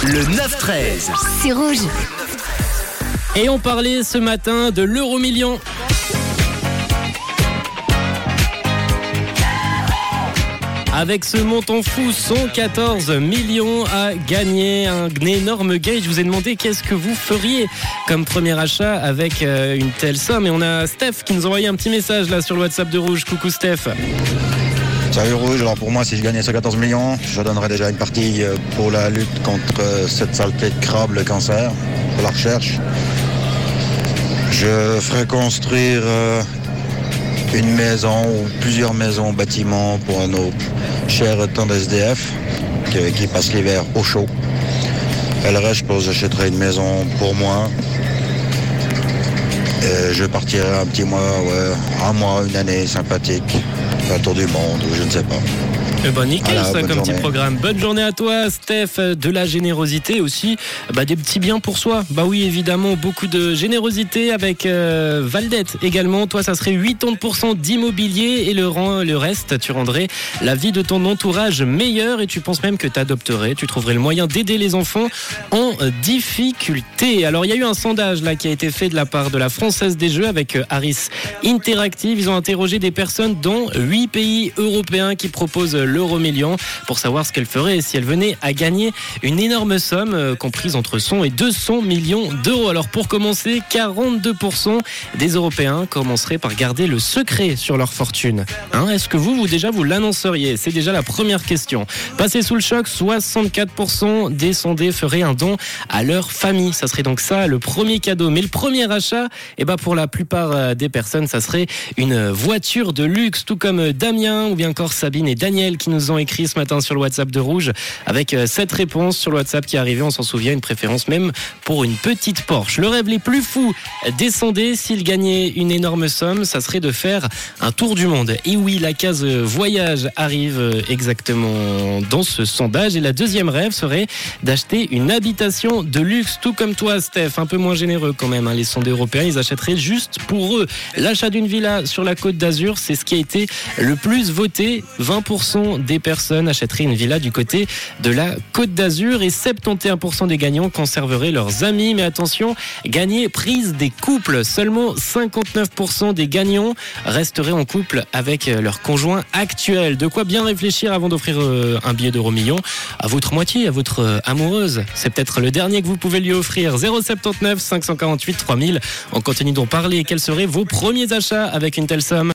Le 9-13. C'est rouge. Et on parlait ce matin de l'euro-million. Avec ce montant fou, 114 millions à gagner, un énorme gain. Je vous ai demandé qu'est-ce que vous feriez comme premier achat avec une telle somme. Et on a Steph qui nous a envoyé un petit message là sur le WhatsApp de Rouge. Coucou Steph. Salut Rouge, alors pour moi si je gagnais 114 millions, je donnerais déjà une partie pour la lutte contre cette saleté de crabe, le cancer, pour la recherche. Je ferais construire une maison ou plusieurs maisons, bâtiments pour nos chers temps d'SDF qui passent l'hiver au chaud. Et le reste, je pense que j'achèterais une maison pour moi. Et je partirais un petit mois, un mois, une année sympathique, faire le tour du monde ou je ne sais pas. Eh ben nickel, voilà, ça comme journée. petit programme. Bonne journée à toi Steph, de la générosité aussi, des petits biens pour soi. Bah oui évidemment, beaucoup de générosité avec Valdette également. Toi ça serait 80% d'immobilier et le reste tu rendrais la vie de ton entourage meilleure et tu penses même que t'adopterais, tu trouverais le moyen d'aider les enfants en difficulté. Alors il y a eu un sondage là qui a été fait de la part de la Française des Jeux avec Harris Interactive. Ils ont interrogé des personnes dans 8 pays européens qui proposent l'euro-million pour savoir ce qu'elle ferait si elle venait à gagner une énorme somme comprise entre 100 et 200 millions d'euros. Alors pour commencer, 42% des Européens commenceraient par garder le secret sur leur fortune. Est-ce que vous l'annonceriez? C'est déjà la première question. Passé sous le choc, 64% des sondés feraient un don à leur famille. Ça serait donc ça le premier cadeau. Mais le premier achat, pour la plupart des personnes, ça serait une voiture de luxe, tout comme Damien ou bien encore Sabine et Daniel qui nous ont écrit ce matin sur le WhatsApp de Rouge avec cette réponse sur le WhatsApp qui est arrivée, on s'en souvient, une préférence même pour une petite Porsche. Le rêve les plus fous des sondés, s'ils gagnaient une énorme somme, ça serait de faire un tour du monde. Et oui, la case voyage arrive exactement dans ce sondage. Et la deuxième rêve serait d'acheter une habitation de luxe, tout comme toi Steph, un peu moins généreux quand même. Les sondés européens, ils achèteraient juste pour eux. L'achat d'une villa sur la Côte d'Azur, c'est ce qui a été le plus voté. 20% des personnes achèteraient une villa du côté de la Côte d'Azur et 71% des gagnants conserveraient leurs amis. Mais attention, gagner prise des couples. Seulement 59% des gagnants resteraient en couple avec leur conjoint actuel. De quoi bien réfléchir avant d'offrir un billet d'euro-million à votre moitié, à votre amoureuse. C'est peut-être le dernier que vous pouvez lui offrir. 079 548 3000. On continue d'en parler. Quels seraient vos premiers achats avec une telle somme?